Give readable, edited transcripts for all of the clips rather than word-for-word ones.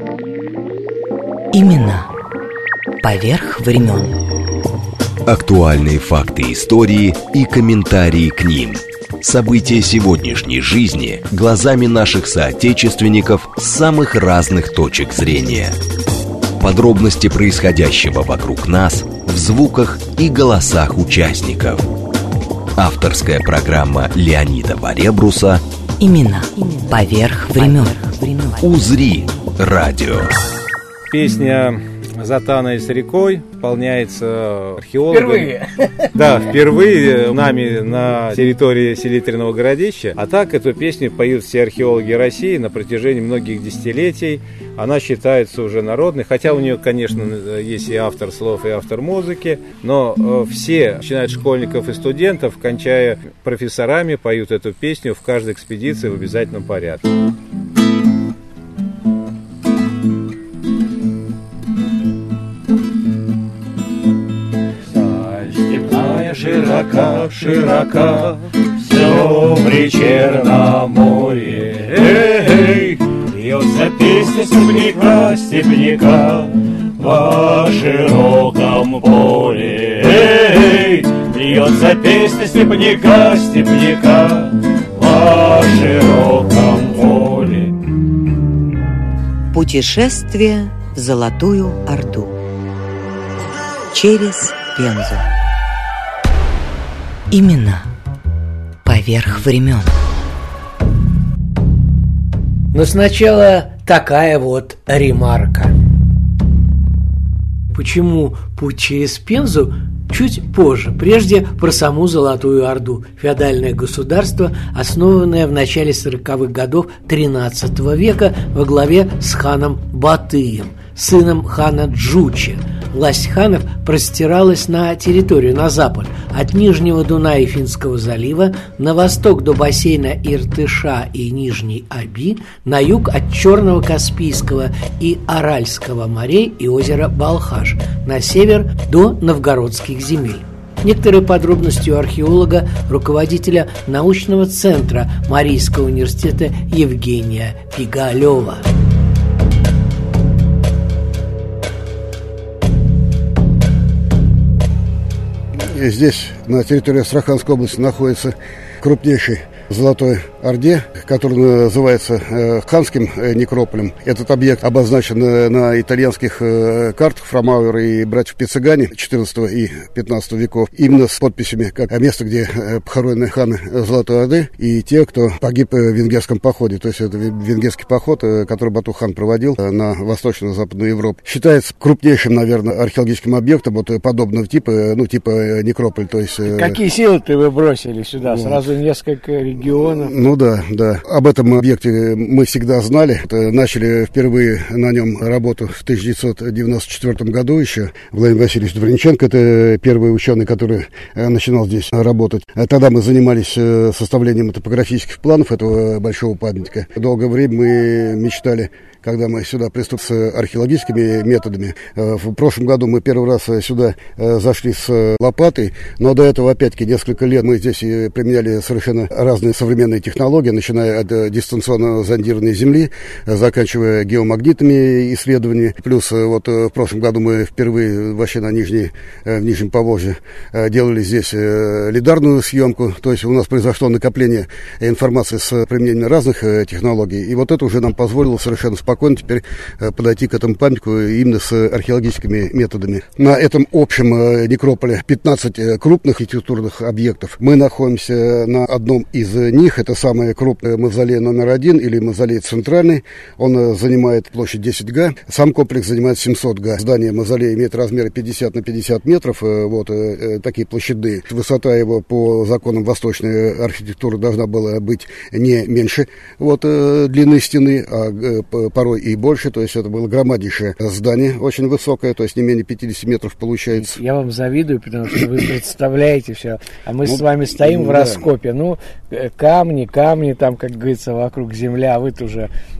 Имена поверх времен. Актуальные факты истории и комментарии к ним. События сегодняшней жизни глазами наших соотечественников с самых разных точек зрения. Подробности происходящего вокруг нас в звуках и голосах участников. Авторская программа Леонида Баребруса Имена поверх времен. «Узри радио». Песня «Затаной с рекой» исполняется археологами. Впервые. Да, впервые нами на территории селитренного городища. А так эту песню поют все археологи России на протяжении многих десятилетий. Она считается уже народной, хотя у нее, конечно, есть и автор слов, и автор музыки, но все, начиная от школьников и студентов, кончая профессорами, поют эту песню в каждой экспедиции в обязательном порядке. Широка, широка, все в речерном море. Эй, льется песня степняка, степняка во широком поле. Эй, льется песня степняка, степняка во широком поле. Путешествие в Золотую Орду через Пензу. Имена поверх времен. Но сначала такая вот ремарка. Почему путь через Пензу чуть позже? Прежде про саму Золотую Орду. Феодальное государство, основанное в начале 40-х годов XIII века во главе с ханом Батыем, сыном хана Джучи. Власть ханов простиралась на территорию на запад, от Нижнего Дуная и Финского залива, на восток до бассейна Иртыша и Нижней Аби, на юг от Черного, Каспийского и Аральского морей и озера Балхаш, на север до новгородских земель. Некоторые подробности у археолога, руководителя научного центра Марийского университета Евгения Пигалева. Здесь, на территории Астраханской области, находится крупнейший Золотой Орде, который называется Ханским некрополем. Этот объект обозначен на итальянских картах Фра Мауэра и братьев Пиццигани XIV и XV веков, именно с подписями, как место, где похоронены ханы Золотой Орды и те, кто погиб в венгерском походе. То есть это венгерский поход, который Бату-хан проводил на Восточную и Западную Европу. Считается крупнейшим, наверное, археологическим объектом вот подобного типа, типа некрополь. То есть, какие силы-то вы бросили сюда? Вот. Сразу несколько регионов. Ну да. Об этом объекте мы всегда знали. Начали впервые на нем работу в 1994 году еще. Владимир Васильевич Дворниченко, это первый ученый, который начинал здесь работать. Тогда мы занимались составлением топографических планов этого большого памятника. Долгое время мы мечтали, когда мы сюда приступили с археологическими методами. В прошлом году мы первый раз сюда зашли с лопатой, но до этого, опять-таки, несколько лет мы здесь применяли совершенно разные современные технологии, начиная от дистанционного зондирования Земли, заканчивая геомагнитными исследованиями. Плюс вот в прошлом году мы впервые вообще в Нижнем Поволжье делали здесь лидарную съемку, то есть у нас произошло накопление информации с применением разных технологий, и вот это уже нам позволило совершенно спокойно теперь подойти к этому памятнику именно с археологическими методами. На этом общем некрополе 15 крупных архитектурных объектов. Мы находимся на одном из них. Это самый крупный мавзолей номер 1 или мавзолей центральный. Он занимает площадь 10 га. Сам комплекс занимает 700 га. Здание мавзолея имеет размеры 50 на 50 метров. Вот такие площадные. Высота его по законам восточной архитектуры должна была быть не меньше длины стены, а порой и больше. То есть это было громаднейшее здание, очень высокое, то есть не менее 50 метров получается. Я вам завидую, потому что вы представляете все, а мы с вами стоим в раскопе. Камни, там, как говорится, вокруг земля, а вы-то уже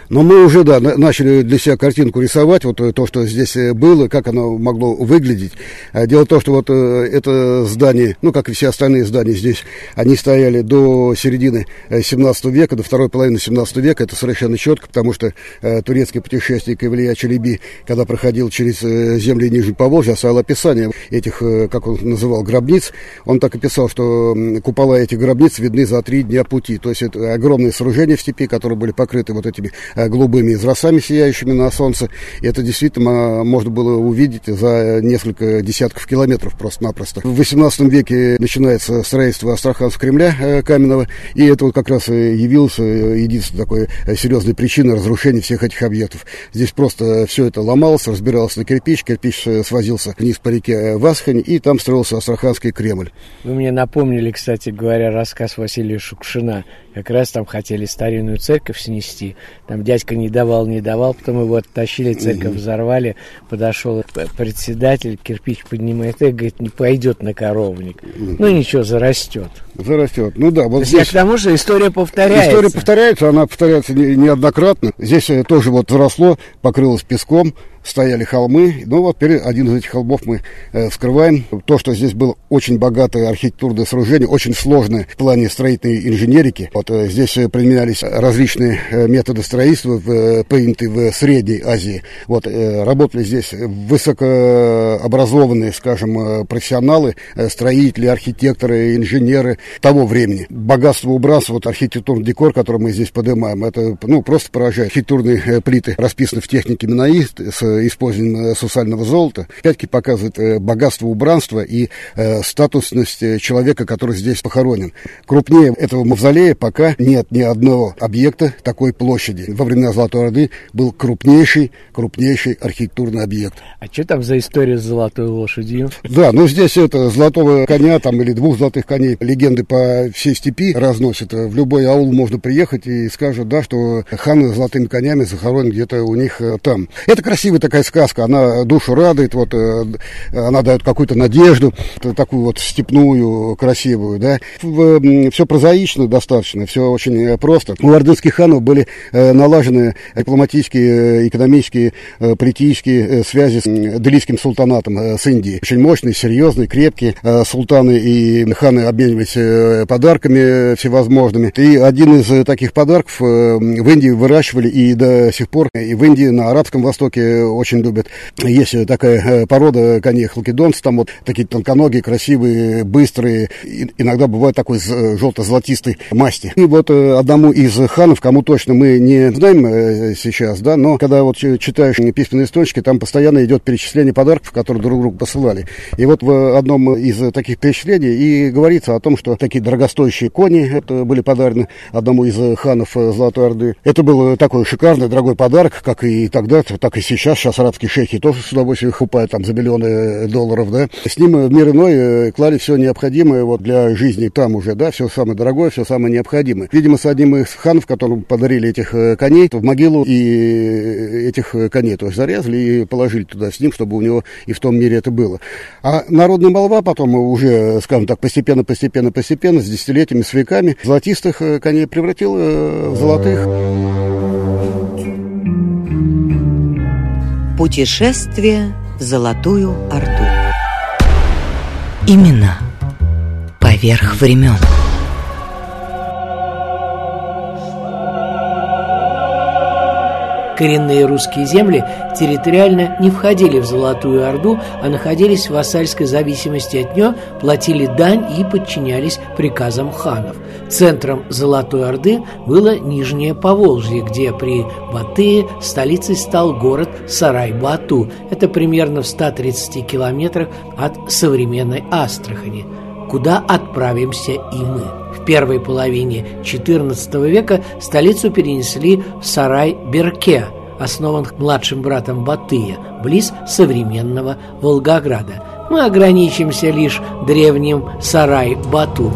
Но мы уже, да, начали для себя картинку рисовать, вот то, что здесь было, как оно могло выглядеть. Дело в том, что вот это здание, ну, как и все остальные здания здесь, они стояли до середины 17 века, до второй половины 17 века, это совершенно четко, потому что турецкий путешественник Эвлия Челеби, когда проходил через земли Нижнего Поволжья, оставил описание этих, как он называл, гробниц. Он так и писал, что купола этих гробниц видны за 3 дня пути. То есть это огромные сооружения в степи, которые были покрыты вот этими голубыми изразцами, сияющими на солнце. И это действительно можно было увидеть за несколько десятков километров просто-напросто. В 18 веке начинается строительство Астраханского Кремля каменного, и это вот как раз явилось единственной такой серьезной причиной разрушения всех этих объектов. Здесь просто все это ломалось, разбиралось на кирпич свозился вниз по реке Васхань, и там строился Астраханский Кремль. Вы мне напомнили, кстати говоря, рассказ Василия Шукшина. Как раз там хотели старинную церковь снести. Там дядька не давал, потом его оттащили, церковь взорвали. Подошел председатель, кирпич поднимает и говорит, не пойдет на коровник. Ну ничего, зарастет. Ну да, вот здесь... К тому же история повторяется. История повторяется, она повторяется неоднократно. Здесь тоже вот заросло, покрылось песком, стояли холмы. Ну вот теперь один из этих холмов мы вскрываем. То, что здесь было очень богатое архитектурное сооружение, очень сложное в плане строительной инженерики. Вот здесь применялись различные методы строительства, принятые в Средней Азии. Вот работали здесь высокообразованные, скажем, профессионалы, строители, архитекторы, инженеры того времени. Богатство убранства, вот архитектурный декор, который мы здесь поднимаем, это просто поражает. Архитектурные плиты расписаны в технике Менаист с использованием сусального золота. Опять-таки показывает богатство убранства и статусность человека, который здесь похоронен. Крупнее этого мавзолея пока нет ни одного объекта такой площади. Во времена Золотой Орды был крупнейший архитектурный объект. А что там за история с золотой лошадью? Да, здесь это золотого коня там или 2 золотых коней. Легенды по всей степи разносят. В любой аул можно приехать и скажут, да, что хан с золотыми конями захоронен где-то у них там. Это красивая такая сказка, она душу радует, вот она дает какую-то надежду, такую вот степную, красивую, да. Все прозаично достаточно, все очень просто. У ордынских ханов были налажены дипломатические, экономические, политические связи с Делийским султанатом, с Индией. Очень мощные, серьезные, крепкие. Султаны и ханы обменивались подарками всевозможными. И один из таких подарков в Индии выращивали и до сих пор. И в Индии, на Арабском Востоке очень любят. Есть такая порода коней халкидонцев, там вот такие тонконогие, красивые, быстрые. Иногда бывает такой желто-золотистой масти. И вот одному из ханов, кому точно мы не знаем сейчас, да, но когда вот читаешь письменные источники, там постоянно идет перечисление подарков, которые друг другу посылали. И вот в одном из таких перечислений и говорится о том, что такие дорогостоящие кони это были подарены одному из ханов Золотой Орды. Это был такой шикарный, дорогой подарок, как и тогда, так и сейчас. Сейчас арабские шейхи тоже с удовольствием покупают там за миллионы долларов, да. С ним в мир иной клали все необходимое вот для жизни там уже, да, все самое дорогое, все самое необходимое. Видимо, с одним из ханов, которому подарили этих коней, в могилу и этих коней, то есть зарезали и положили туда с ним, чтобы у него и в том мире это было. А народная молва потом уже, скажем так, постепенно, с десятилетиями, с веками, золотистых коней превратила в золотых. Путешествие в Золотую Орду. Имена поверх времен. Коренные русские земли территориально не входили в Золотую Орду, а находились в вассальской зависимости от нее, платили дань и подчинялись приказам ханов. Центром Золотой Орды было Нижнее Поволжье, где при Батыя столицей стал город Сарай-Бату. Это примерно в 130 километрах от современной Астрахани, куда отправимся и мы. В первой половине XIV века столицу перенесли в Сарай-Берке, основан младшим братом Батыя, близ современного Волгограда. Мы ограничимся лишь древним Сарай-Бату.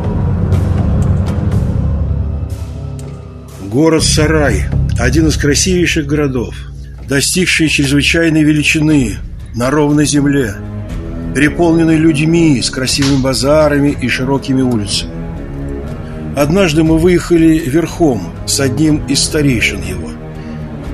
Город Сарай – один из красивейших городов, достигший чрезвычайной величины на ровной земле, переполненный людьми, с красивыми базарами и широкими улицами. Однажды мы выехали верхом с одним из старейшин его.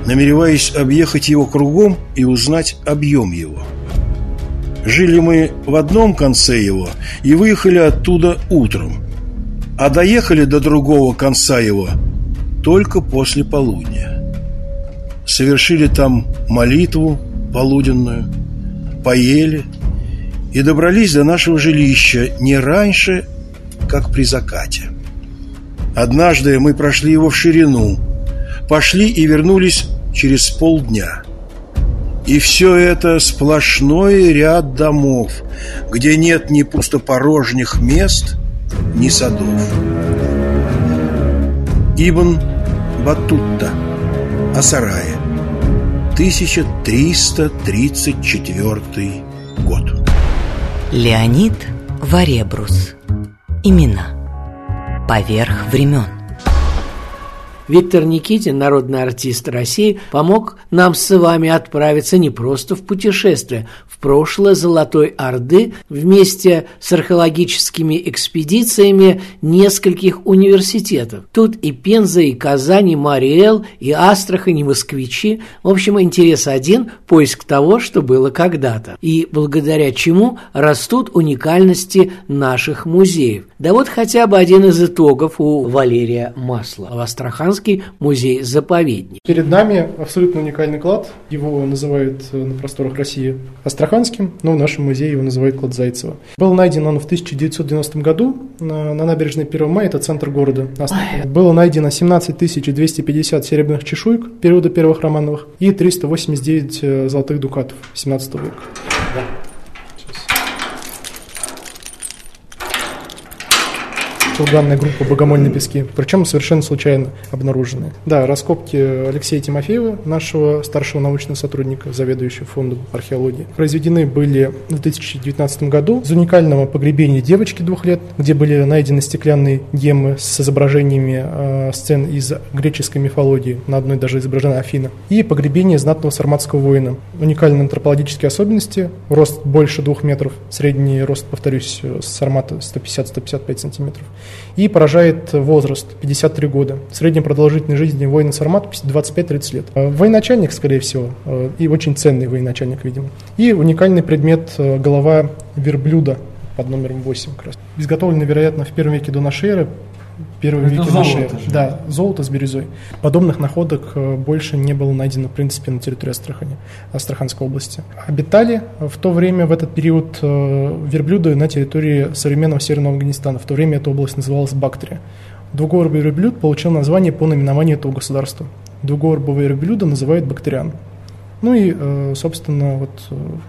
намереваясь объехать его кругом и узнать объем его. Жили мы в одном конце его и выехали оттуда утром, а доехали до другого конца его только после полудня. Совершили там молитву полуденную, поели и добрались до нашего жилища не раньше, как при закате. Однажды мы прошли его в ширину, пошли и вернулись через полдня. И все это сплошной ряд домов, где нет ни пустопорожних мест, ни садов. Ибн Баттута о сарае, 1334 год. Леонид Варебрус. Имена. Поверх времен. Виктор Никитин, народный артист России, помог нам с вами отправиться не просто в путешествие в прошлое Золотой Орды вместе с археологическими экспедициями нескольких университетов. Тут и Пенза, и Казань, и Марий-Эл, и Астрахань, и москвичи. В общем, интерес один – поиск того, что было когда-то, и благодаря чему растут уникальности наших музеев. Да вот хотя бы один из итогов у Валерия Маслова. Астраханский музей-заповедник. Перед нами абсолютно уникальный клад. Его называют на просторах России Астраханским, но в нашем музее его называют клад Зайцева. Был найден он в 1990 году на набережной 1 мая, это центр города Астрахани. Было найдено 17 250 серебряных чешуек периода первых романовых и 389 золотых дукатов 17 века. Да. Курганная группа «Богомольные пески», причем совершенно случайно обнаруженные. Да, раскопки Алексея Тимофеева, нашего старшего научного сотрудника, заведующего фондом археологии, произведены были в 2019 году из уникального погребения девочки 2 лет, где были найдены стеклянные геммы с изображениями сцен из греческой мифологии, на одной даже изображена Афина, и погребение знатного сарматского воина. Уникальные антропологические особенности: рост больше 2 метров, средний рост, повторюсь, сармата 150-155 сантиметров. И поражает возраст 53 года. Средняя продолжительность жизни воина Сармата 25-30 лет. Военачальник, скорее всего, и очень ценный военачальник, видимо. И уникальный предмет голова верблюда под номером 8. Как раз. Изготовлено, вероятно, в 1 веке до нашей эры. Да, золото с бирюзой. Подобных находок больше не было найдено, в принципе, на территории Астрахани, Астраханской области. Обитали в то время, в этот период, верблюды на территории современного Северного Афганистана. В то время эта область называлась Бактрия. Двугорбый верблюд получил название по наименованию этого государства. Двугорбого верблюда называют бактериан. Ну и, собственно, вот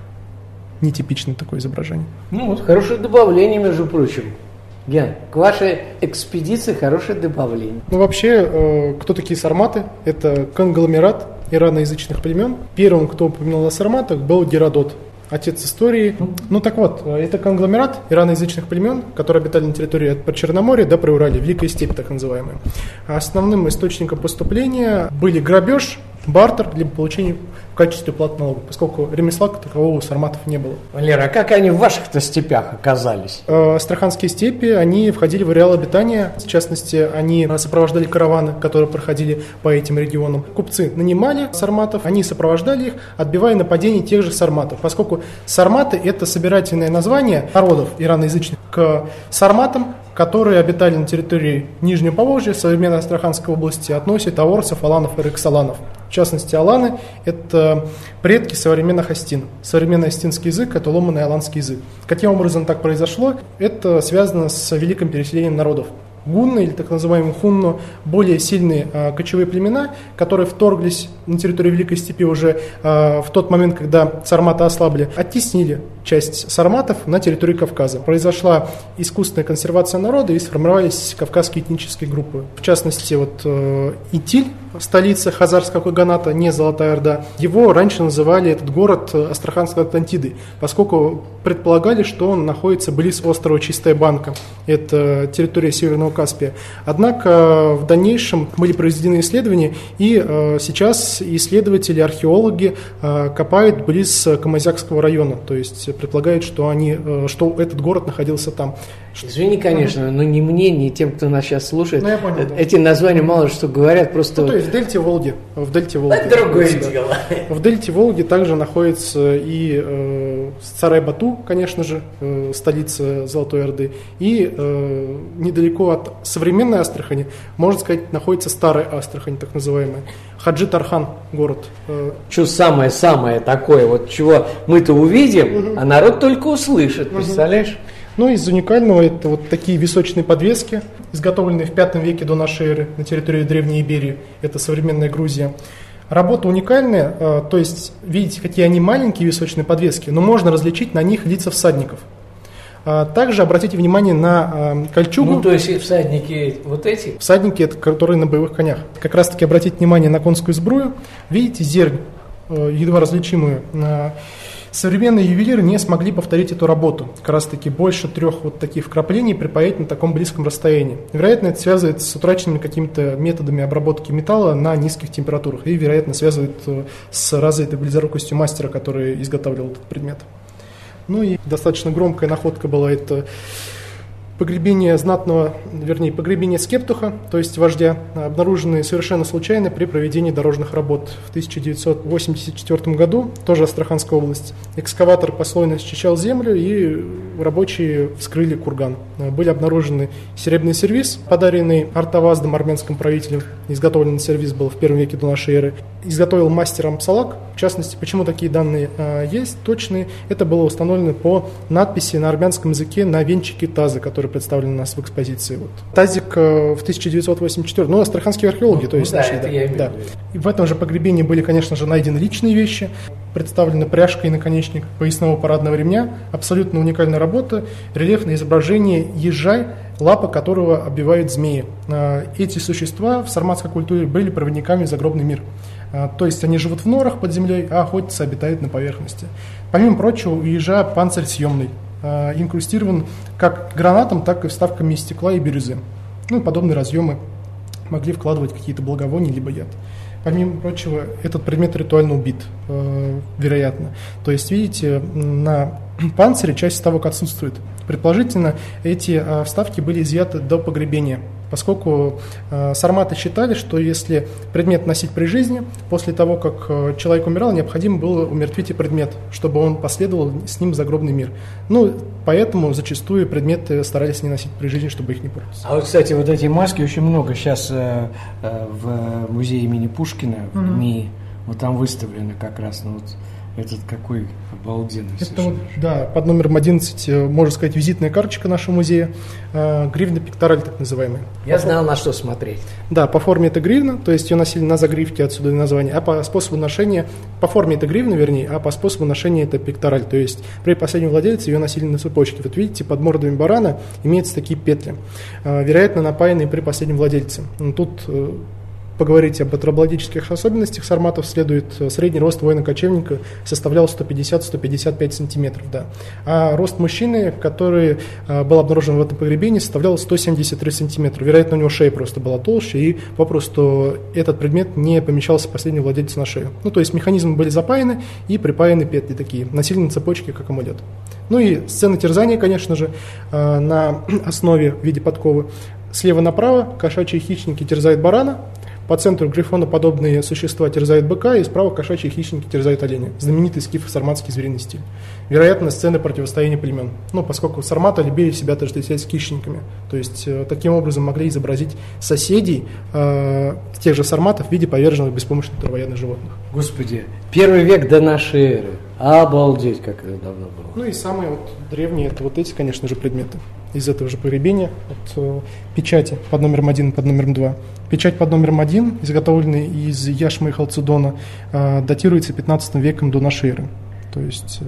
нетипичное такое изображение. Ну вот, хорошее добавление, между прочим. Ген, к вашей экспедиции хорошее добавление. Ну, вообще, кто такие сарматы? Это конгломерат ираноязычных племен. Первым, кто упоминал о сарматах, был Геродот, отец истории. Ну, так вот, это конгломерат ираноязычных племен, которые обитали на территории от Черноморья до Приуралья, Великая степь так называемая. Основным источником поступления были грабеж, бартер, либо получение в качестве платы налогов, поскольку ремесла такового у сарматов не было. Валера, а как они в ваших-то степях оказались? Астраханские степи, они входили в ареал обитания. В частности, они сопровождали караваны, которые проходили по этим регионам. Купцы нанимали сарматов, они сопровождали их, отбивая нападение тех же сарматов, поскольку сарматы – это собирательное название народов ираноязычных к сарматам, которые обитали на территории Нижнего Поволжья, современной Астраханской области, относят аорцев, аланов и рексаланов. В частности, аланы – это предки современных астин. Современный астинский язык – это ломаный аланский язык. Каким образом так произошло? Это связано с великим переселением народов. Гунны, или так называемые хунну, более сильные кочевые племена, которые вторглись на территорию Великой степи уже в тот момент, когда сарматы ослабли, оттеснили часть сарматов на территорию Кавказа. Произошла искусственная консервация народа и сформировались кавказские этнические группы. В частности, вот Итиль, столица Хазарского каганата, не Золотая Орда, его раньше называли, этот город, Астраханской Атлантидой, поскольку предполагали, что он находится близ острова Чистая Банка. Это территория Северного Каспия. Однако в дальнейшем были произведены исследования, и сейчас исследователи, археологи копают близ Камызякского района, то есть предполагают, что этот город находился там. Извини, конечно, но ни мне, ни тем, кто нас сейчас слушает, я понял, да. Эти названия мало что говорят, просто в дельте Волги. Это другое дело. В дельте Волги также находится и Сарай-Бату, конечно же, столица Золотой Орды, и недалеко от современной Астрахани, можно сказать, находится старая Астрахань, так называемая. Хаджи-Тархан город. Что самое-самое такое, вот чего мы-то увидим, а народ только услышит, представляешь? Ну, из уникального это вот такие височные подвески, изготовленные в V веке до нашей эры на территории Древней Иберии. Это современная Грузия. Работа уникальная, то есть, видите, какие они маленькие височные подвески, но можно различить на них лица всадников. Также обратите внимание на кольчугу. Ну, то есть всадники вот эти? Всадники, это которые на боевых конях. Как раз таки обратите внимание на конскую сбрую. Видите, зернь, едва различимую. Современные ювелиры не смогли повторить эту работу. Как раз таки больше 3 вот таких вкраплений припаять на таком близком расстоянии. Вероятно, это связывает с утраченными какими-то методами обработки металла на низких температурах. И, вероятно, связывает с развитой близорукостью мастера, который изготавливал этот предмет. Ну и достаточно громкая находка была это погребение погребение Скептуха, то есть вождя, обнаруженные совершенно случайно при проведении дорожных работ в 1984 году, тоже Астраханская область. Экскаватор послойно счищал землю, и рабочие вскрыли курган. Были обнаружены серебряный сервиз, подаренный Артаваздом, армянским правителем. Изготовленный сервиз был в I веке до нашей эры. Изготовил мастер Ампсалак. В частности, почему такие данные есть точные, это было установлено по надписи на армянском языке на венчике таза, который представлен у нас в экспозиции. Вот. Тазик в 1984, астраханские археологи, то есть нашли. Да. И в этом же погребении были, конечно же, найдены личные вещи, представлены пряжка и наконечник поясного парадного ремня, абсолютно уникальная работа, рельефное изображение ежа, лапа которого обвивает змеи. Эти существа в сарматской культуре были проводниками в загробный мир. То есть они живут в норах под землей, а охотятся, обитают на поверхности. Помимо прочего, у ежа панцирь съемный, инкрустирован как гранатом, так и вставками из стекла и бирюзы. Ну и подобные разъемы могли вкладывать какие-то благовония либо яд. Помимо прочего, этот предмет ритуально убит, вероятно. То есть, видите, на панцире часть вставок отсутствует. Предположительно, эти вставки были изъяты до погребения, поскольку сарматы считали, что если предмет носить при жизни, после того, как человек умирал, необходимо было умертвить и предмет, чтобы он последовал с ним в загробный мир. Поэтому зачастую предметы старались не носить при жизни, чтобы их не портить. А вот, кстати, вот эти маски очень много сейчас в музее имени Пушкина, в МИИ, вот там выставлены как раз, этот какой обалденный. Это под номером 11, можно сказать, визитная карточка нашего музея. Гривна пектораль, так называемая. Я знал, на что смотреть. Да, по форме это гривна, то есть ее носили на загривке, отсюда и название. А по способу ношения, по форме это гривна, вернее, а по способу ношения это пектораль. То есть при последнем владельце ее носили на цепочке. Вот видите, под мордами барана имеются такие петли, вероятно, напаянные при последнем владельце. Тут поговорить об антропологических особенностях сарматов следует. Средний рост воина-кочевника составлял 150-155 сантиметров. Да. А рост мужчины, который был обнаружен в этом погребении, составлял 173 сантиметра. Вероятно, у него шея просто была толще, и попросту этот предмет не помещался последнему владельцу на шею. То есть механизмы были запаяны и припаяны петли такие, носили на цепочке, как амулет. И сцена терзания, конечно же, на основе в виде подковы. Слева направо кошачьи хищники терзают барана, по центру грифоноподобные существа терзают быка, и справа кошачьи хищники терзают оленя. Знаменитый скифо-сарматский звериный стиль. Вероятно, сцены противостояния племен. Поскольку сарматы любили себя отождествлять с хищниками. То есть, таким образом могли изобразить соседей тех же сарматов в виде поверженных беспомощных травоядных животных. Господи, 1 век до нашей эры. Обалдеть, как это давно было. И самые древние, это эти, конечно же, предметы из этого же погребения, печати под номером 1 и под номером 2. Печать под номером 1, изготовленная из яшмы и халцедона, датируется 15 веком до нашей эры. То есть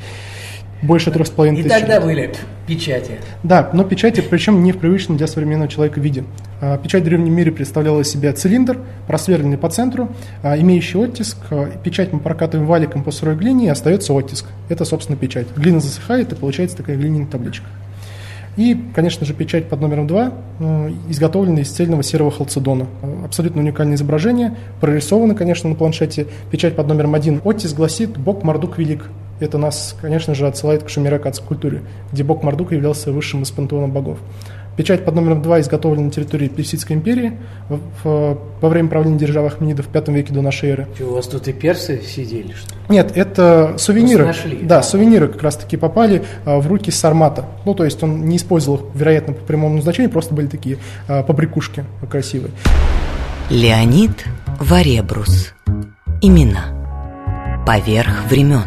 больше 3,5 тысяч. И тогда были печати. Да, но печати, причем не в привычном для современного человека виде. Печать в древнем мире представляла из себя цилиндр, просверленный по центру, имеющий оттиск. Печать мы прокатываем валиком по сырой глине, и остается оттиск. Это, собственно, печать. Глина засыхает, и получается такая глиняная табличка. И, конечно же, печать под номером 2, изготовленная из цельного серого халцедона. Абсолютно уникальное изображение, прорисовано, конечно, на планшете. Печать под номером 1. Оттиск гласит «Бог Мардук велик». Это нас, конечно же, отсылает к шумеро-аккадской культуре, где бог Мардук являлся высшим из пантеона богов. Печать под номером 2 изготовлена на территории Персидской империи во время правления державы Ахменидов в V веке до нашей эры. Что, у вас тут и персы сидели, что ли? Нет, это сувениры. Нашли. Да, сувениры как раз-таки попали в руки Сармата. Ну, то есть он не использовал их, вероятно, по прямому назначению, просто были такие побрякушки красивые. Леонид Варебрус. Имена. Поверх времен.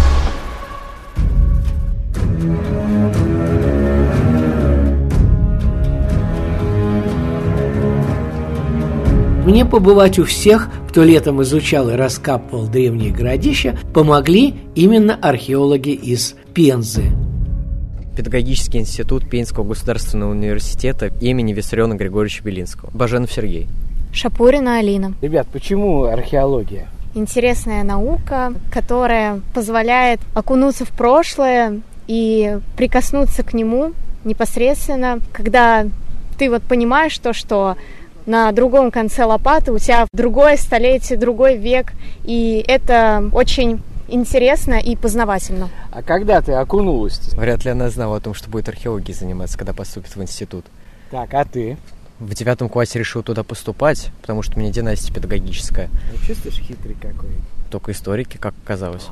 Мне побывать у всех, кто летом изучал и раскапывал древние городища, помогли именно археологи из Пензы. Педагогический институт Пензенского государственного университета имени Виссариона Григорьевича Белинского. Баженов Сергей. Шапурина Алина. Ребят, почему археология? Интересная наука, которая позволяет окунуться в прошлое и прикоснуться к нему непосредственно, когда ты вот понимаешь то, что на другом конце лопаты у тебя другое столетие, другой век, и это очень интересно и познавательно. А когда ты окунулась? Вряд ли она знала о том, что будет археологией заниматься, когда поступит в институт. Так, а ты? В 9 классе решил туда поступать, потому что у меня династия педагогическая. Чувствуешь, хитрый какой? Только историки, как оказалось.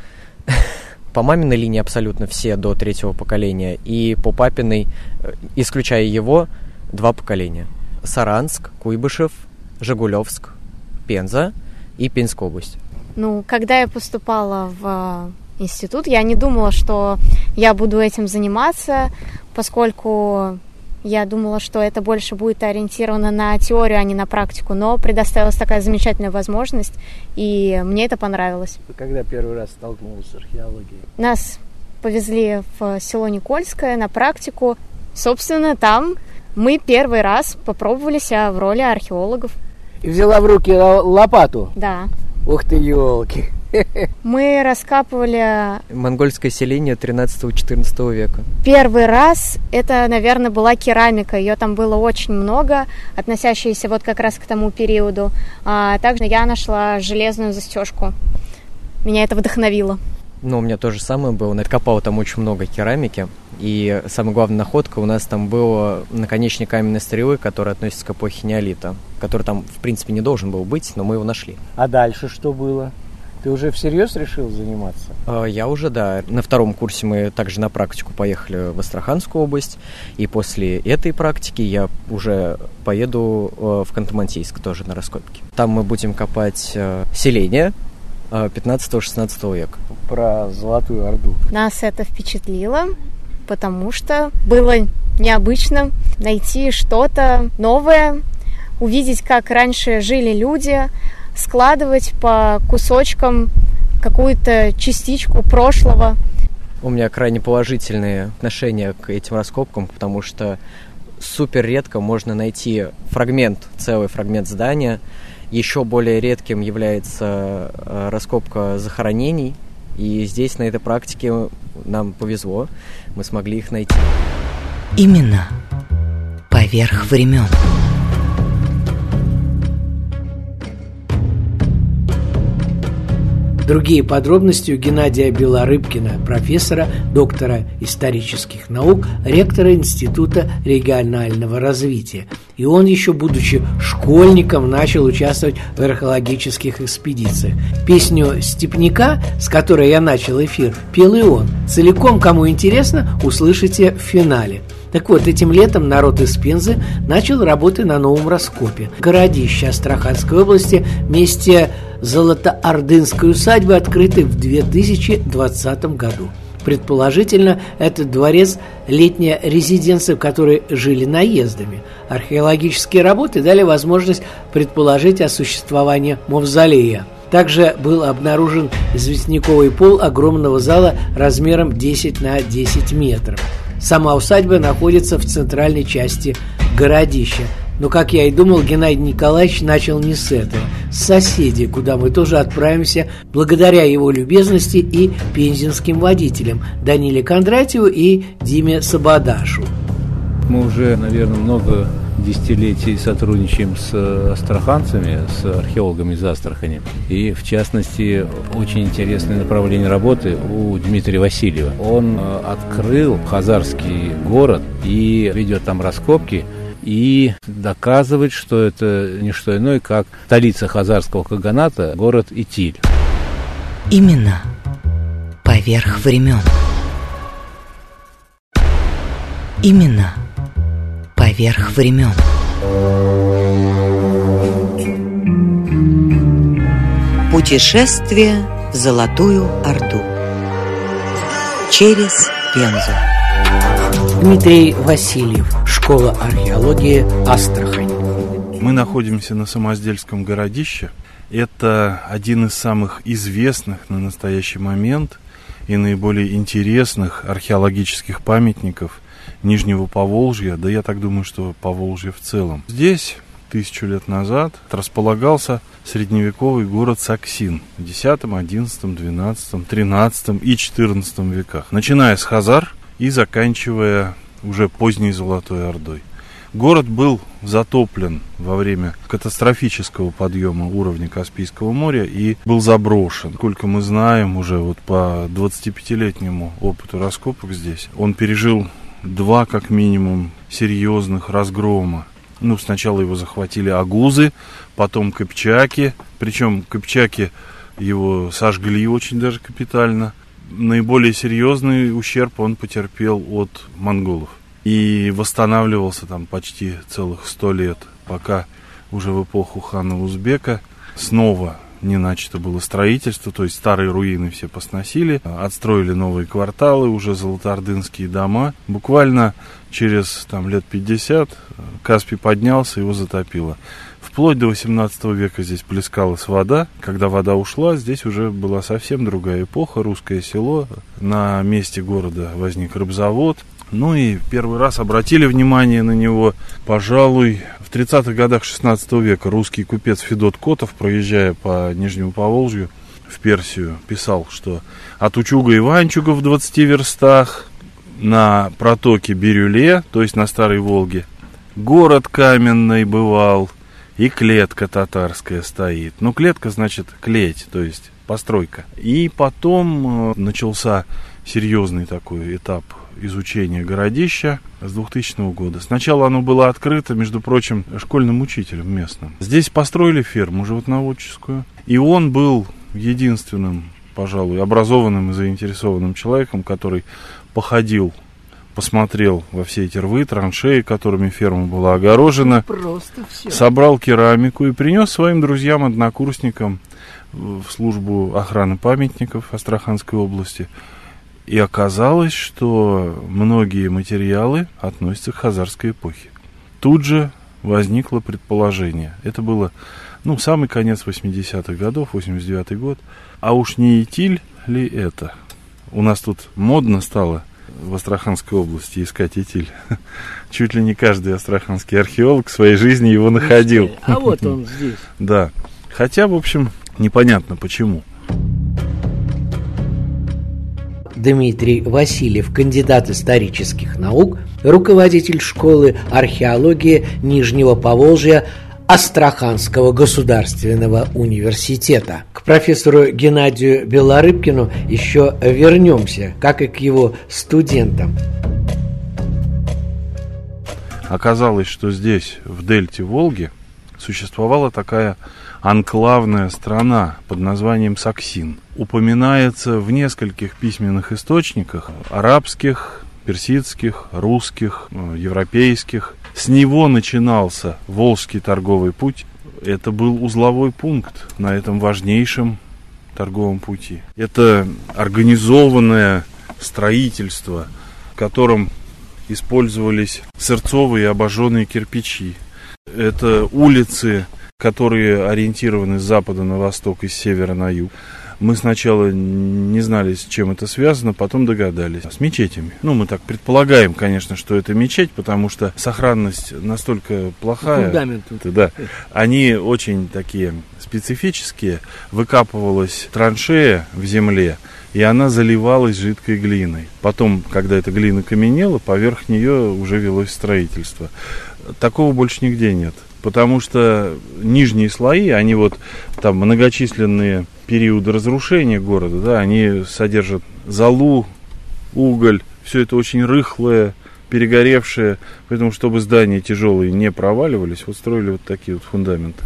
По маминой линии абсолютно все до 3-го поколения, и по папиной, исключая его, 2 поколения. Саранск, Куйбышев, Жигулевск, Пенза и Пензская область. Ну, когда я поступала в институт, я не думала, что я буду этим заниматься, поскольку я думала, что это больше будет ориентировано на теорию, а не на практику, но предоставилась такая замечательная возможность, и мне это понравилось. Когда первый раз столкнулась с археологией? Нас повезли в село Никольское на практику. Собственно, там мы первый раз попробовали себя в роли археологов. И взяла в руки лопату? Да. Ух ты, елки. Мы раскапывали... Монгольское селение 13-14 века. Первый раз это, наверное, была керамика. Ее там было очень много, относящаяся вот как раз к тому периоду. А также я нашла железную застежку. Меня это вдохновило. Ну, у меня то же самое было. Накопал там очень много керамики. И самая главная находка у нас там был наконечник каменной стрелы, который относится к эпохе неолита, который там, в принципе, не должен был быть, но мы его нашли. А дальше что было? Ты уже всерьез решил заниматься? Я уже, да. На 2-м курсе мы также на практику поехали в Астраханскую область. И после этой практики я уже поеду в Ханты-Мансийск тоже на раскопки. Там мы будем копать селения 15-16 века. Про Золотую Орду. Нас это впечатлило, потому что было необычно найти что-то новое, увидеть, как раньше жили люди, складывать по кусочкам какую-то частичку прошлого. У меня крайне положительные отношения к этим раскопкам, потому что супер редко можно найти целый фрагмент здания. Еще более редким является раскопка захоронений. И здесь, на этой практике, нам повезло. Мы смогли их найти. Имена. Поверх времен. Другие подробности у Геннадия Белорыбкина, профессора, доктора исторических наук, ректора Института регионального развития. И он еще, будучи школьником, начал участвовать в археологических экспедициях. Песню «Степняка», с которой я начал эфир, пел и он. Целиком, кому интересно, услышите в финале. Так вот, этим летом народ из Пензы начал работы на новом раскопе. Городище Астраханской области вместе Золотоордынской усадьбы открыты в 2020 году. Предположительно, этот дворец – летняя резиденция, в которой жили наездами. Археологические работы дали возможность предположить о существовании мавзолея. Также был обнаружен известняковый пол огромного зала размером 10 на 10 метров. Сама усадьба находится в центральной части городища. Но, как я и думал, Геннадий Николаевич начал не с этого, с соседей, куда мы тоже отправимся благодаря его любезности и пензенским водителям Даниле Кондратьеву и Диме Сабадашу. Мы уже, наверное, много десятилетий сотрудничаем с астраханцами, с археологами из Астрахани. И, в частности, очень интересное направление работы у Дмитрия Васильева. Он открыл хазарский город и ведет там раскопки и доказывает, что это не что иное, как столица хазарского каганата, город Итиль. Имена поверх времен. Имена поверх времен. Путешествие в Золотую Орду. Через Пензу. Дмитрий Васильев, школа археологии, Астрахань. Мы находимся на Самоздельском городище. Это один из самых известных на настоящий момент и наиболее интересных археологических памятников Нижнего Поволжья, да я так думаю, что Поволжья в целом. Здесь 1000 лет назад располагался средневековый город Саксин в X, XI, XII, XIII и XIV веках, начиная с хазар и заканчивая уже поздней Золотой Ордой. Город был затоплен во время катастрофического подъема уровня Каспийского моря и был заброшен. Сколько мы знаем уже вот по 25-летнему опыту раскопок здесь, он пережил 2 как минимум серьезных разгрома. Сначала его захватили агузы, потом кыпчаки, причем кыпчаки его сожгли очень даже капитально. Наиболее серьезный ущерб он потерпел от монголов. И восстанавливался там почти целых 100 лет, пока уже в эпоху хана Узбека снова не начато было строительство, то есть старые руины все посносили, отстроили новые кварталы, уже золотоордынские дома. Буквально через лет 50 Каспий поднялся, его затопило. Вплоть до 18 века здесь плескалась вода. Когда вода ушла, здесь уже была совсем другая эпоха, русское село. На месте города возник рыбзавод. И первый раз обратили внимание на него, пожалуй, в 30-х годах 16 века русский купец Федот Котов, проезжая по Нижнему Поволжью в Персию, писал, что от Учуга Иванчуга в 20 верстах на протоке Бирюле, то есть на Старой Волге, город каменный бывал, и клетка татарская стоит. Клетка значит клеть, то есть постройка. И потом начался серьезный такой этап изучения городища с 2000 года. Сначала оно было открыто, между прочим, школьным учителем местным. Здесь построили ферму животноводческую, и он был единственным, пожалуй, образованным и заинтересованным человеком, который походил, посмотрел во все эти рвы, траншеи, которыми ферма была огорожена, собрал керамику и принес своим друзьям-однокурсникам в службу охраны памятников Астраханской области. И оказалось, что многие материалы относятся к хазарской эпохе. Тут же возникло предположение. Это было, самый конец 80-х годов, 89-й год. А уж не Итиль ли это? У нас тут модно стало в Астраханской области искать Итиль. Чуть ли не каждый астраханский археолог в своей жизни его находил. А вот он здесь. Да. Хотя, в общем, непонятно почему. Дмитрий Васильев, кандидат исторических наук, руководитель школы археологии Нижнего Поволжья Астраханского государственного университета. К профессору Геннадию Белорыбкину еще вернемся, как и к его студентам. Оказалось, что здесь, в дельте Волги, существовала такая анклавная страна под названием Саксин. Упоминается в нескольких письменных источниках: арабских, персидских, русских, европейских. С него начинался Волжский торговый путь. Это был узловой пункт на этом важнейшем торговом пути. Это организованное строительство, в котором использовались сырцовые и обожженные кирпичи. Это улицы, которые ориентированы с запада на восток и с севера на юг. Мы сначала не знали, с чем это связано, потом догадались. С мечетями. Мы так предполагаем, конечно, что это мечеть, потому что сохранность настолько плохая. Да, они очень такие специфические. Выкапывалась траншея в земле, и она заливалась жидкой глиной. Потом, когда эта глина каменела, поверх нее уже велось строительство. такого больше нигде нет. Потому что нижние слои, они вот там многочисленные периоды разрушения города, да, они содержат золу, уголь, все это очень рыхлое, перегоревшее, поэтому, чтобы здания тяжелые не проваливались, вот строили вот такие вот фундаменты.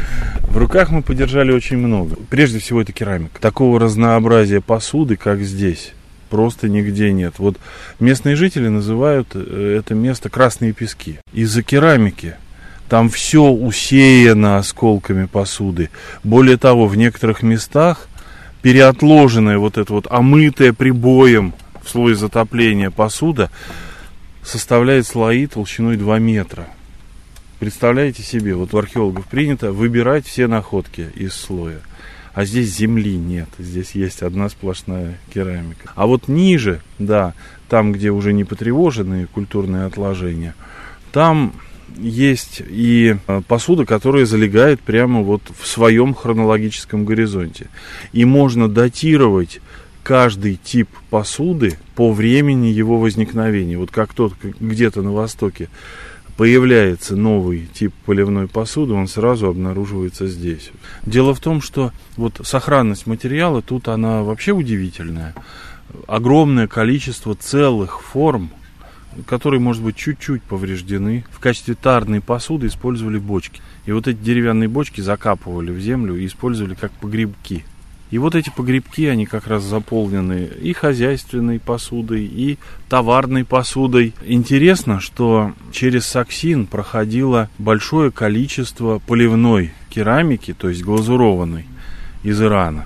В руках мы подержали очень много. Прежде всего, это керамика. Такого разнообразия посуды, как здесь, просто нигде нет. Вот местные жители называют это место «Красные пески». Из-за керамики. Там все усеяно осколками посуды. Более того, в некоторых местах переотложенная вот эта вот омытая прибоем в слой затопления посуда составляет слои толщиной 2 метра. Представляете себе, вот у археологов принято выбирать все находки из слоя. А здесь земли нет, здесь есть одна сплошная керамика. А вот ниже, да, там, где уже не потревоженные культурные отложения, там есть и посуда, которая залегает прямо вот в своем хронологическом горизонте. И можно датировать каждый тип посуды по времени его возникновения. Вот как тот где-то на востоке появляется новый тип поливной посуды, он сразу обнаруживается здесь. Дело в том, что вот сохранность материала тут она вообще удивительная. Огромное количество целых форм, которые, может быть, чуть-чуть повреждены. В качестве тарной посуды использовали бочки. И вот эти деревянные бочки закапывали в землю и использовали как погребки. И вот эти погребки, они как раз заполнены и хозяйственной посудой, и товарной посудой. Интересно, что через Саксин проходило большое количество поливной керамики, то есть глазурованной, из Ирана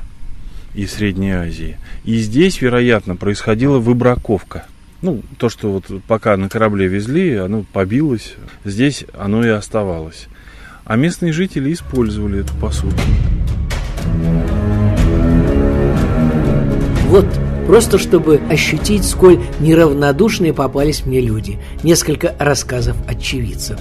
и Средней Азии. И здесь, вероятно, происходила выбраковка. Ну, то, что вот пока на корабле везли, оно побилось, здесь оно и оставалось. А местные жители использовали эту посуду. Вот, просто чтобы ощутить, сколь неравнодушные попались мне люди. Несколько рассказов очевидцев.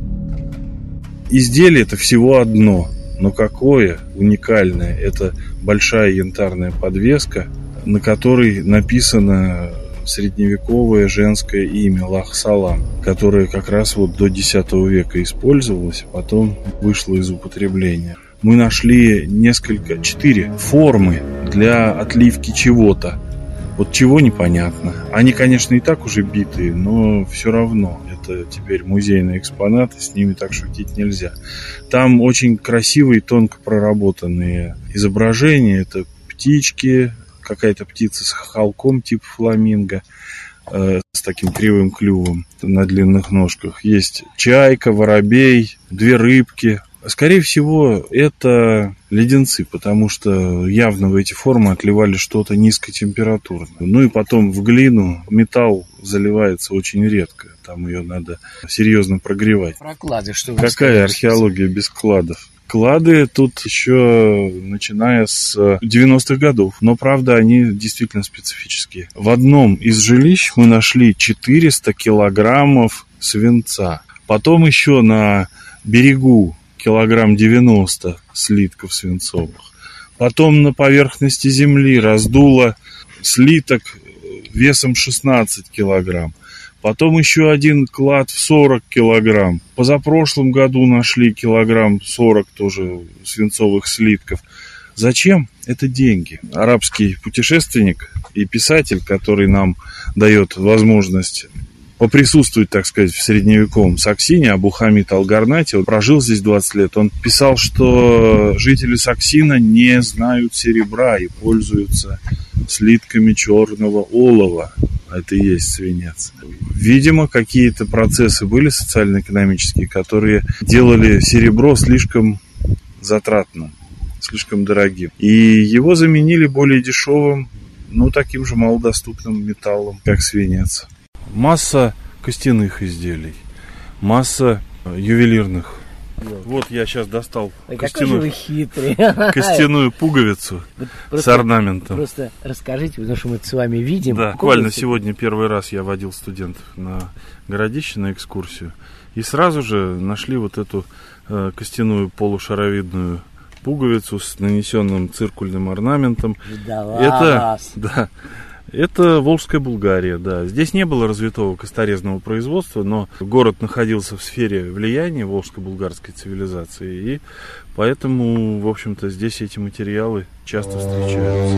Изделие это всего одно, но какое уникальное. Это большая янтарная подвеска, на которой написано средневековое женское имя Лах-Салам, которое как раз вот до X века использовалось, а потом вышло из употребления. Мы нашли 4 формы для отливки чего-то. Вот чего непонятно. Они, конечно, и так уже битые, но все равно. Это теперь музейные экспонаты, с ними так шутить нельзя. Там очень красивые, тонко проработанные изображения. Это птички, какая-то птица с хохолком типа фламинго, с таким кривым клювом на длинных ножках. Есть чайка, воробей, 2 рыбки. Скорее всего, это леденцы, потому что явно в эти формы отливали что-то низкотемпературное. Ну и потом в глину металл заливается очень редко. Там ее надо серьезно прогревать. Про клады что вы Какая скажете? Археология без кладов? Клады тут еще начиная с 90-х годов, но, правда, они действительно специфические. В одном из жилищ мы нашли 400 килограммов свинца. Потом еще на берегу килограмм 90 слитков свинцовых. Потом на поверхности земли раздуло слиток весом 16 килограмм. Потом еще один клад в 40 килограмм. Позапрошлом году нашли килограмм 40 тоже свинцовых слитков. Зачем? Это деньги. Арабский путешественник и писатель, который нам дает возможность поприсутствовать, так сказать, в средневековом Саксине, Абу Хамид Аль-Гарнати, он прожил здесь 20 лет, он писал, что жители Саксина не знают серебра и пользуются слитками черного олова. Это и есть свинец. Видимо, какие-то процессы были социально-экономические, которые делали серебро слишком затратным, слишком дорогим. И его заменили более дешевым, но таким же малодоступным металлом, как свинец. Масса костяных изделий, масса ювелирных. Вот я сейчас достал костяную пуговицу с орнаментом. Просто расскажите, потому что мы это с вами видим. Да, буквально сегодня первый раз я водил студентов на городище на экскурсию. И сразу же нашли вот эту костяную полушаровидную пуговицу с нанесенным циркульным орнаментом. Это Волжская Булгария, да. Здесь не было развитого косторезного производства, но город находился в сфере влияния волжско-булгарской цивилизации, и поэтому, в общем-то, здесь эти материалы часто встречаются.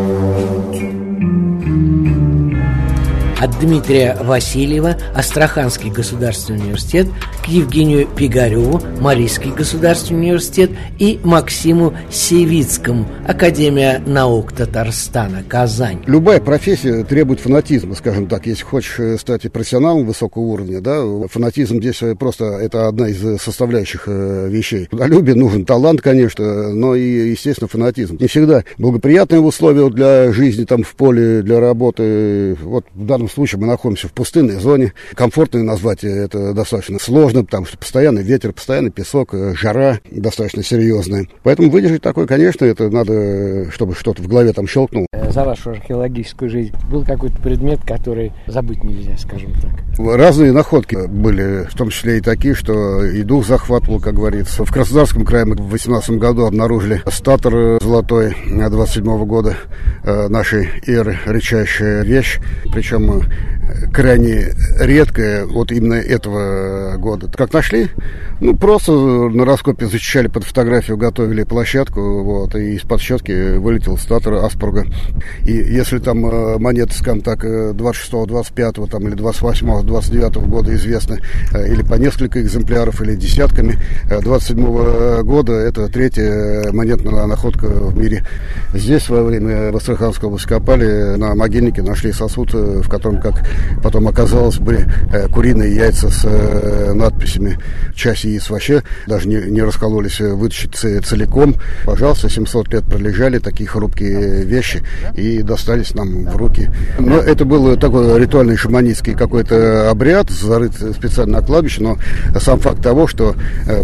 От Дмитрия Васильева, Астраханский государственный университет, к Евгению Пигареву, Марийский государственный университет и Максиму Севицкому, Академия наук Татарстана, Казань. Любая профессия требует фанатизма, скажем так. Если хочешь стать профессионалом высокого уровня, да, фанатизм здесь просто это одна из составляющих вещей. Трудолюбие, нужен талант, конечно, но и, естественно, фанатизм. Не всегда благоприятные условия для жизни там в поле, для работы. Вот в данном случае мы находимся в пустынной зоне. Комфортно назвать это достаточно сложно, потому что постоянный ветер, постоянный песок, жара достаточно серьезная. Поэтому выдержать такое, конечно, это надо, чтобы что-то в голове там щелкнуло. За вашу археологическую жизнь был какой-то предмет, который забыть нельзя, скажем так? Разные находки были, в том числе и такие, что и дух захватывал, как говорится. В Краснодарском крае мы в 2018 году обнаружили статор золотой 27 года нашей эры, редчайшая вещь, причем крайне редкая вот именно этого года. Как нашли? Ну, просто на раскопе зачищали под фотографию, готовили площадку, вот, и из-под щетки вылетел статор Аспурга. И если там монеты, скажем так, 26-го, 25-го там, или 28-го, 29-го года известны, или по несколько экземпляров, или десятками, 27-го года это третья монетная находка в мире. Здесь в свое время в Астраханской области копали, на могильнике нашли сосуд, в котором, как потом оказалось, были куриные яйца с надписями. Часть яиц вообще даже не раскололись, вытащить целиком. Пожалуйста, 700 лет пролежали такие хрупкие вещи и достались нам в руки. Но это был такой ритуальный шаманистский какой-то обряд, зарыт специально на кладбище, но сам факт того, что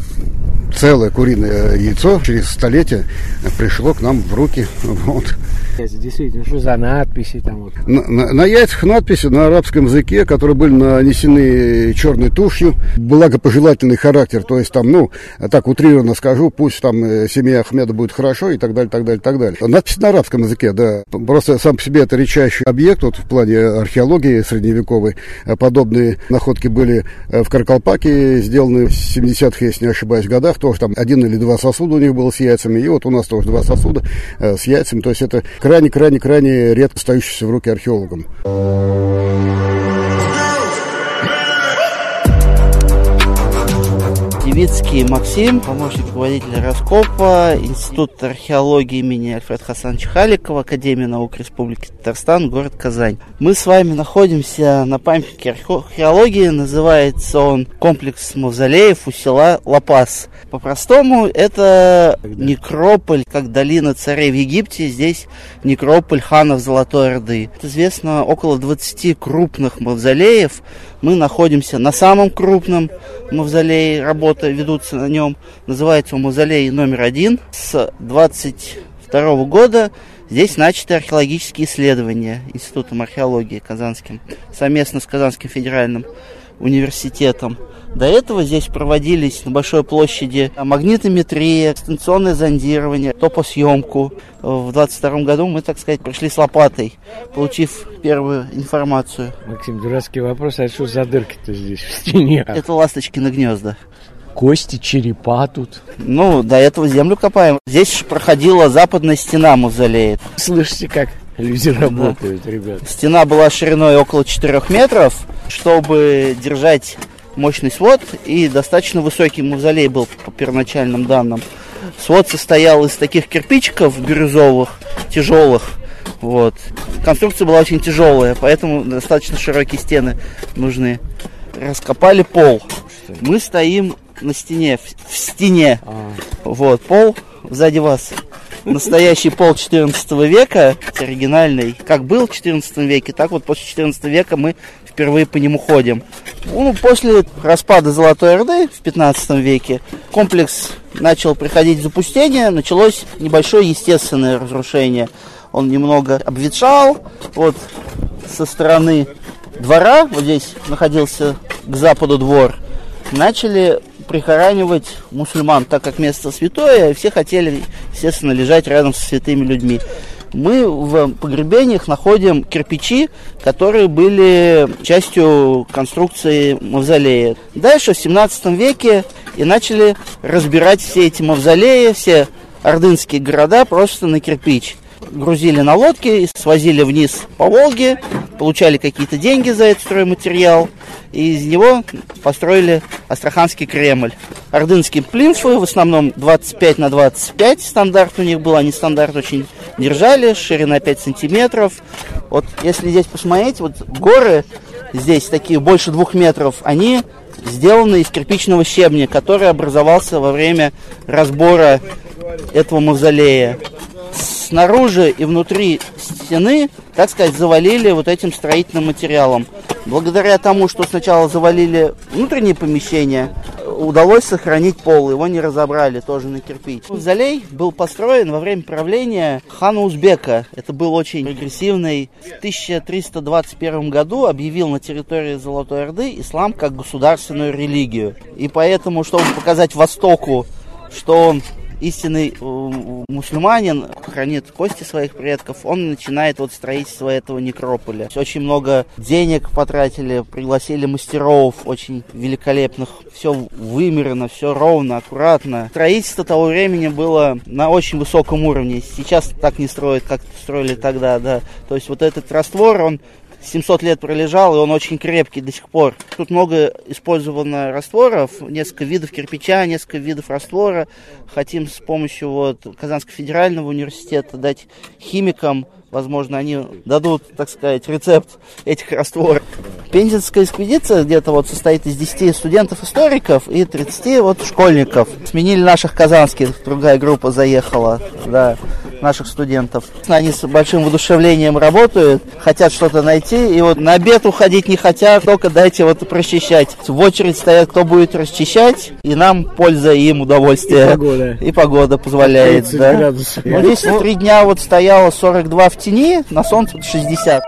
целое куриное яйцо через столетие пришло к нам в руки. Вот. Действительно, что за надписи там вот? На яйцах надписи на арабском языке, которые были нанесены черной тушью, благопожелательный характер, то есть там, ну, так утрированно скажу, пусть там семье Ахмеда будет хорошо и так далее, так далее, так далее. Надпись на арабском языке, да. Просто сам по себе это редчайший объект, вот в плане археологии средневековой. Подобные находки были в Каракалпаке, сделаны в 70-х, если не ошибаюсь, годах, тоже там 1 или 2 сосуда у них было с яйцами, и вот у нас тоже 2 сосуда с яйцами, то есть это крайне редко остающийся в руки археологам. Севицкий Максим, помощник руководителя раскопа, Институт археологии имени Альфреда Хасановича Халикова, Академия наук Республики Татарстан, город Казань. Мы с вами находимся на памятнике археологии, называется он комплекс мавзолеев у села Лапас. По-простому это некрополь, как долина царей в Египте, здесь некрополь ханов Золотой Орды. Известно около 20 крупных мавзолеев. Мы находимся на самом крупном мавзолее, работы ведутся на нем. Называется он мавзолей номер 1. С 22 года здесь начаты археологические исследования Институтом археологии Казанским, совместно с Казанским федеральным университетом. До этого здесь проводились на большой площади магнитометрия, станционное зондирование, топосъемку. В 22 году мы, так сказать, пришли с лопатой, получив первую информацию. Максим, дурацкий вопрос, а что за дырки-то здесь в стене? Это ласточкины гнезда. Кости, черепа тут. Ну, до этого землю копаем. Здесь проходила западная стена мавзолея. Слышите, как люди работают, ребята. Стена была шириной около 4 метров, чтобы держать мощный свод, и достаточно высокий мавзолей был по первоначальным данным. Свод состоял из таких кирпичиков бирюзовых, тяжелых. Вот. Конструкция была очень тяжелая, поэтому достаточно широкие стены нужны. Раскопали пол. Мы стоим на стене, в стене. Вот, пол сзади вас. Настоящий пол 14 века, оригинальный. Как был в 14 веке, так вот после 14 века мы впервые по нему ходим. Ну, после распада Золотой Орды в 15 веке комплекс начал приходить в запустение, началось небольшое естественное разрушение. Он немного обветшал, вот со стороны двора, вот здесь находился к западу двор, начали прихоранивать мусульман, так как место святое, и все хотели, естественно, лежать рядом со святыми людьми. мы в погребениях находим кирпичи, которые были частью конструкции мавзолея. Дальше в 17 веке и начали разбирать все эти мавзолеи, все ордынские города просто на кирпич. Грузили на лодки и свозили вниз по Волге, получали какие-то деньги за этот стройматериал, и из него построили Астраханский Кремль. Ордынские плинфы, в основном 25 на 25 стандарт у них был, они стандарт очень держали, ширина 5 сантиметров. Вот если здесь посмотреть, вот горы здесь такие больше 2 метров, они сделаны из кирпичного щебня, который образовался во время разбора этого мавзолея. Снаружи и внутри стены, так сказать, завалили вот этим строительным материалом. Благодаря тому, что сначала завалили внутренние помещения, удалось сохранить пол, его не разобрали, тоже на кирпич. Мавзолей был построен во время правления хана Узбека. Это был очень прогрессивный. В 1321 году объявил на территории Золотой Орды ислам как государственную религию. И поэтому, чтобы показать Востоку, что он истинный мусульманин, хранит кости своих предков, он начинает вот строительство этого некрополя. Очень много денег потратили, пригласили мастеров очень великолепных. Все вымерено, все ровно, аккуратно. Строительство того времени было на очень высоком уровне. Сейчас так не строят, как строили тогда, да. То есть вот этот раствор, он 700 лет пролежал, и он очень крепкий до сих пор. Тут много использовано растворов, несколько видов кирпича, несколько видов раствора. Хотим с помощью Казанского федерального университета дать химикам, возможно, они дадут, так сказать, рецепт этих растворов. Пензенская экспедиция где-то состоит из 10 студентов-историков и 30 школьников. Сменили наших казанских, другая группа заехала, да, наших студентов. Они с большим воодушевлением работают, хотят что-то найти, и на обед уходить не хотят, только дайте прочищать. В очередь стоят, кто будет расчищать, и нам польза, и им удовольствие. И погода позволяет. Да. Здесь 3 дня стояло 42 в тени, на солнце 60.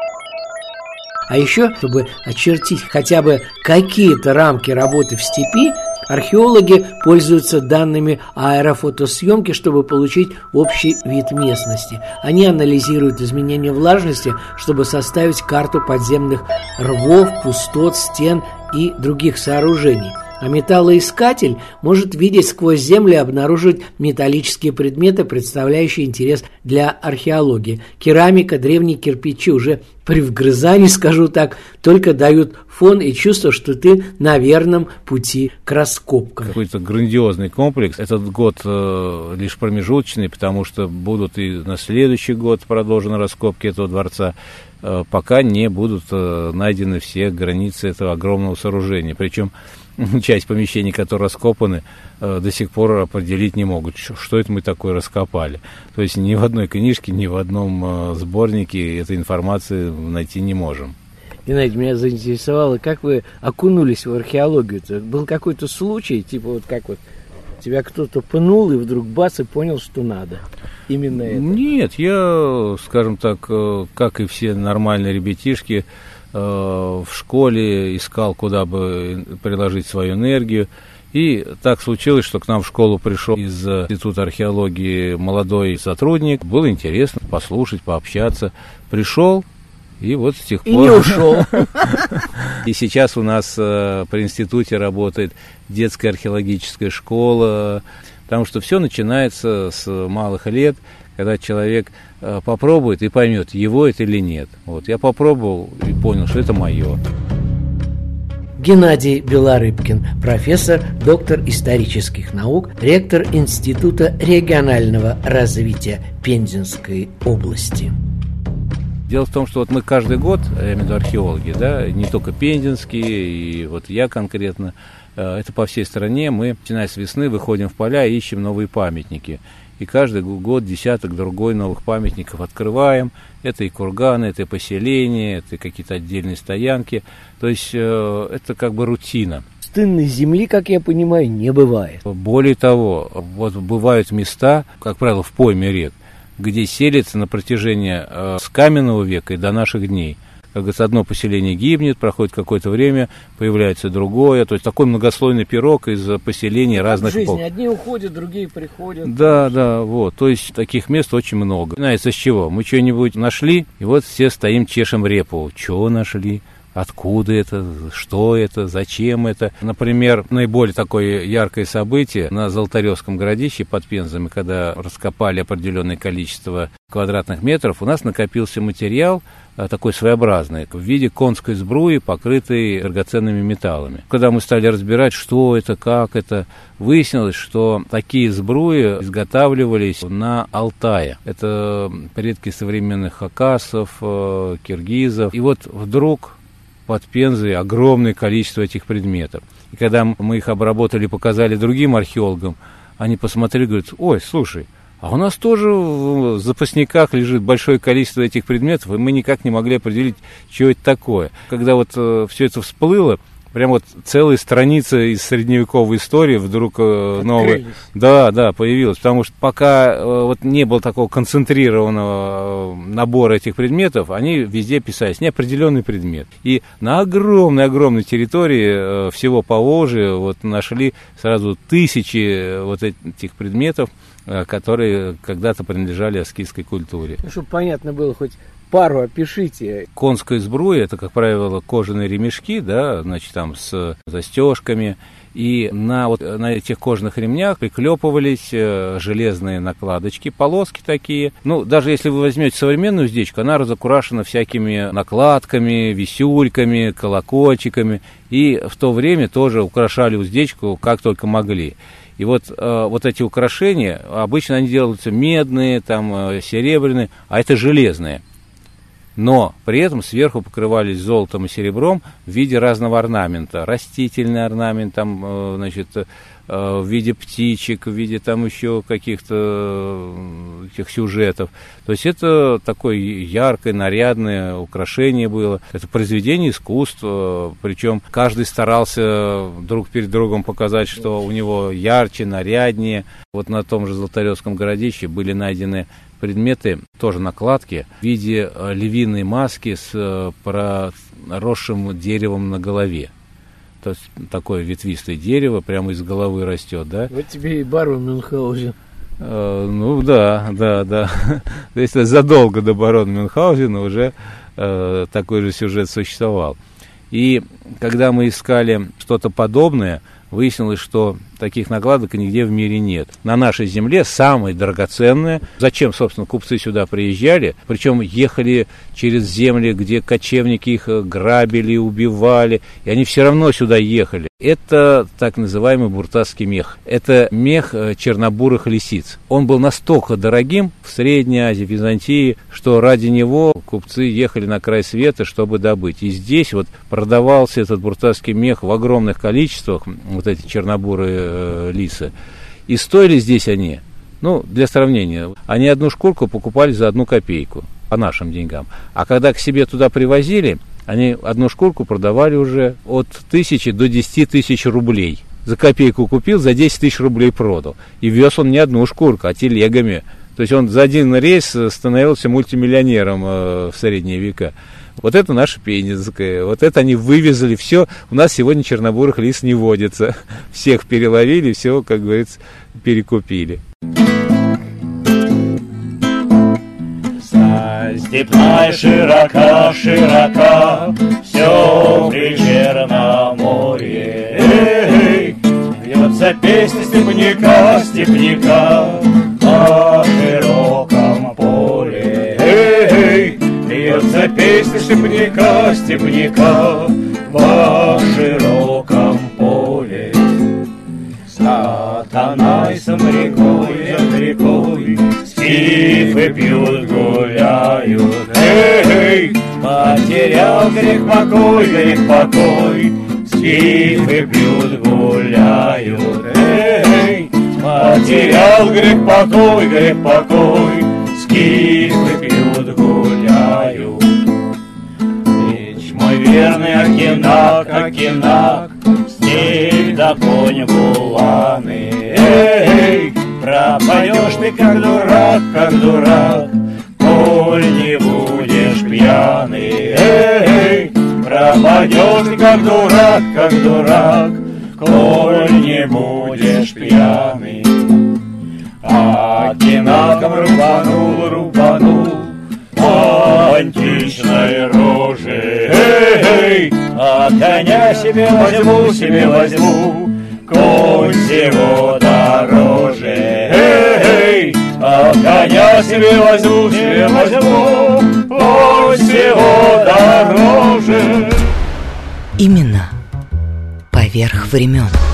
А еще, чтобы очертить хотя бы какие-то рамки работы в степи, археологи пользуются данными аэрофотосъемки, чтобы получить общий вид местности. Они анализируют изменения влажности, чтобы составить карту подземных рвов, пустот, стен и других сооружений. А металлоискатель может видеть сквозь землю и обнаружить металлические предметы, представляющие интерес для археологии. Керамика, древние кирпичи уже при вгрызании, скажу так, только дают фон и чувство, что ты на верном пути к раскопкам. Какой-то грандиозный комплекс. Этот год лишь промежуточный, потому что будут и на следующий год продолжены раскопки этого дворца, пока не будут найдены все границы этого огромного сооружения. Причем часть помещений, которые раскопаны, до сих пор определить не могут, что это мы такое раскопали. То есть ни в одной книжке, ни в одном сборнике этой информации найти не можем. Геннадий, меня заинтересовало, как вы окунулись в археологию? Это был какой-то случай, тебя кто-то пнул и вдруг бац, и понял, что надо. Именно это. Нет, я, скажем так, как и все нормальные ребятишки, в школе искал, куда бы приложить свою энергию. И так случилось, что к нам в школу пришел из Института археологии молодой сотрудник. Было интересно послушать, пообщаться. Пришел, и с тех пор... И не ушел. И сейчас у нас при институте работает детская археологическая школа, потому что все начинается с малых лет, когда человек попробует и поймет, его это или нет. Я попробовал и понял, что это мое. Геннадий Белорыбкин, профессор, доктор исторических наук, ректор Института регионального развития Пензенской области. Дело в том, что мы каждый год, я имею в виду археологи, не только пензенские, и я конкретно, это по всей стране, мы, начиная с весны, выходим в поля и ищем новые памятники. И каждый год десяток-другой новых памятников открываем. Это и курганы, это и поселения, это и какие-то отдельные стоянки. То есть это рутина. Пустынной земли, как я понимаю, не бывает. Более того, бывают места, как правило, в пойме рек, где селятся на протяжении с каменного века и до наших дней. как говорится, одно поселение гибнет, проходит какое-то время, появляется другое. То есть такой многослойный пирог из поселений разных эпох. Одни уходят, другие приходят. Да, вот. То есть таких мест очень много. Знаете, с чего? Мы что-нибудь нашли, и вот все стоим, чешем репу. Чего нашли? Откуда это, что это, зачем это. Например, наиболее такое яркое событие на Золотаревском городище под Пензами, когда раскопали определенное количество квадратных метров, у нас накопился материал такой своеобразный, в виде конской сбруи, покрытой драгоценными металлами. Когда мы стали разбирать, что это, как это, выяснилось, что такие сбруи изготавливались на Алтае. Это предки современных хакасов, киргизов. И вот вдруг под Пензой огромное количество этих предметов. И когда мы их обработали, показали другим археологам, они посмотрели и говорят: ой, слушай, а у нас тоже в запасниках лежит большое количество этих предметов, и мы никак не могли определить, что это такое. Когда вот все это всплыло, прям вот целая страница из средневековой истории вдруг новая, да, появилась. Потому что пока вот не было такого концентрированного набора этих предметов, они везде писались неопределенный предмет. И на огромной территории всего Поволжья вот нашли сразу тысячи вот этих предметов, которые когда-то принадлежали аскитской культуре. Ну, чтобы понятно было, хоть пару опишите. Конская сбруя — это, как правило, кожаные ремешки, да, значит, там с застежками. И на этих кожаных ремнях приклепывались железные накладочки, полоски такие. Ну, даже если вы возьмете современную уздечку, она разукрашена всякими накладками, висюльками, колокольчиками. И в то время тоже украшали уздечку как только могли. И вот эти украшения, обычно они делаются медные, там, серебряные, а это железные. Но при этом сверху покрывались золотом и серебром в виде разного орнамента. Растительный орнамент, там, значит, в виде птичек, в виде там еще каких-то этих сюжетов. То есть это такое яркое, нарядное украшение было. Это произведение искусства, причем каждый старался друг перед другом показать, что у него ярче, наряднее. Вот на том же Золотаревском городище были найдены предметы, тоже накладки, в виде львиной маски с проросшим деревом на голове. То есть такое ветвистое дерево прямо из головы растет, да? Вот тебе и барон Мюнхгаузен. Ну да. То есть задолго до барона Мюнхгаузена уже такой же сюжет существовал. И когда мы искали что-то подобное, выяснилось, что таких накладок нигде в мире нет. На нашей земле самые драгоценные. Зачем, собственно, купцы сюда приезжали? Причем ехали через земли, где кочевники их грабили, убивали. И они все равно сюда ехали. Это так называемый буртасский мех. Это мех чернобурых лисиц. Он был настолько дорогим в Средней Азии, в Византии, что ради него купцы ехали на край света, чтобы добыть. И здесь вот продавался этот буртасский мех в огромных количествах, вот эти чернобурые лисы. И стоили здесь они, ну, для сравнения, они одну шкурку покупали за 1 копейку по нашим деньгам. А когда к себе туда привозили, они одну шкурку продавали уже от 1000 до 10 тысяч рублей. За копейку купил, за 10 тысяч рублей продал. И вез он не одну шкурку, а телегами. То есть он за один рейс становился мультимиллионером в средние века. Вот это наша пензенская, вот это они вывезли все. У нас сегодня чернобурых лис не водится. Всех переловили, все, как говорится, перекупили. Степная широка, все при Черноморье. Льется песня степняка по широком поле. Льется песня степняка по широком поле. Сатанайсом рекой, скифы пьют, гуляют. Потерял грех покой, скифы пьют, гуляют. Потерял грех покой, скифы пьют, гуляют. Речь мой верный Акинак, степь да конь буланы. Пропадешь ты, как дурак, коль не будешь пьяный. пойдешь ты как дурак, коль не будешь пьяный. А кинаком рубанул по античной роже. Эй, а коня себе возьму, конь всего дороже. Эй, а коня себе возьму, конь всего дороже. Имена поверх времен.